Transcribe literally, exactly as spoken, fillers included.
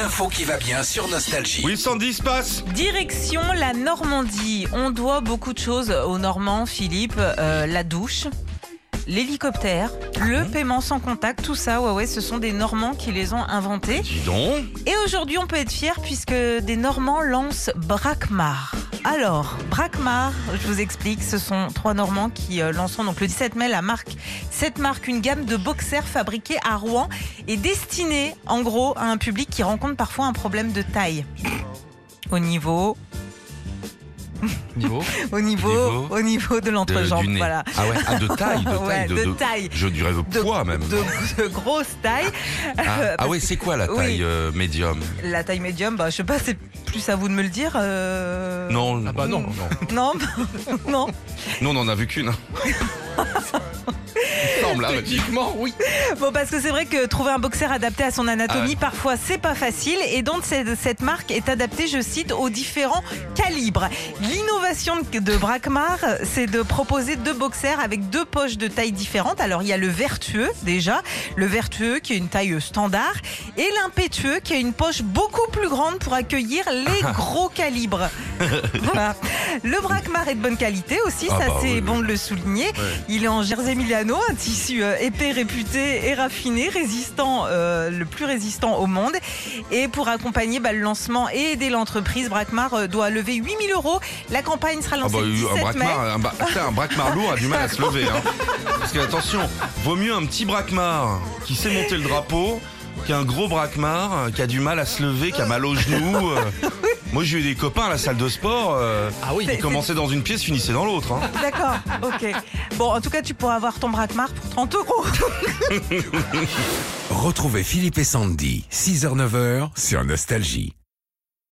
l'info qui va bien sur Nostalgie. Oui, Sandy se passe. Direction la Normandie. On doit beaucoup de choses aux Normands, Philippe. Euh, la douche, l'hélicoptère, le paiement sans contact, tout ça, ouais, ouais, ce sont des Normands qui les ont inventés. Dis donc. Et aujourd'hui, on peut être fier puisque des Normands lancent Brakmar. Alors, Brakmar, je vous explique, ce sont trois Normands qui euh, lanceront donc le dix-sept mai la marque. Cette marque, une gamme de boxers fabriqués à Rouen et destinée, en gros, à un public qui rencontre parfois un problème de taille. Au niveau... Niveau Au niveau, Niveau au niveau de l'entrejambe, du nez. voilà. Ah ouais, ah, de taille, de taille, Ouais, de, de de- taille. Je dirais de De- poids même. De, de grosse taille. Ah, Euh, ah ouais, c'est quoi la oui. taille euh, médium? La taille médium, bah, je sais pas, c'est plus à vous de me le dire. euh, Non, Ah bah non, non. Non, non. nous on n'en a vu qu'une. hein. Il semble, hein, mais- Techniquement, oui. Bon, parce que c'est vrai que trouver un boxer adapté à son anatomie, Ah ouais. parfois, c'est pas facile. Et donc, cette, cette marque est adaptée, je cite, aux différents calibres. L'innovation de de Brakmar, c'est de proposer deux boxers avec deux poches de taille différentes. Alors, il y a le vertueux, déjà. Le vertueux qui a une taille standard. Et l'impétueux qui a une poche beaucoup plus grande pour accueillir les gros calibres. Voilà. Le Brakmar est de bonne qualité aussi, Ah ça bah c'est oui, bon oui. de le souligner. Il est en jersey Milano, un tissu euh, épais, réputé et raffiné, résistant, euh, le plus résistant au monde. Et pour accompagner bah, le lancement et aider l'entreprise, Brakmar euh, doit lever huit mille euros. La campagne sera Ah lancée bah, le un dix-sept mai. braquemar, un, ba- putain, un braquemar lourd a du mal à se lever. Hein. Parce que attention, vaut mieux un petit braquemar qui sait monter le drapeau qu'un gros braquemar qui a du mal à se lever, qui a mal aux genoux. euh. Moi j'ai eu des copains à la salle de sport, euh, Ah oui. ils commençaient dans une pièce, finissaient dans l'autre. Hein. D'accord, ok. Bon, en tout cas, tu pourras avoir ton Brakmar pour trente euros. Retrouvez Philippe et Sandy, six heures neuf heures sur Nostalgie.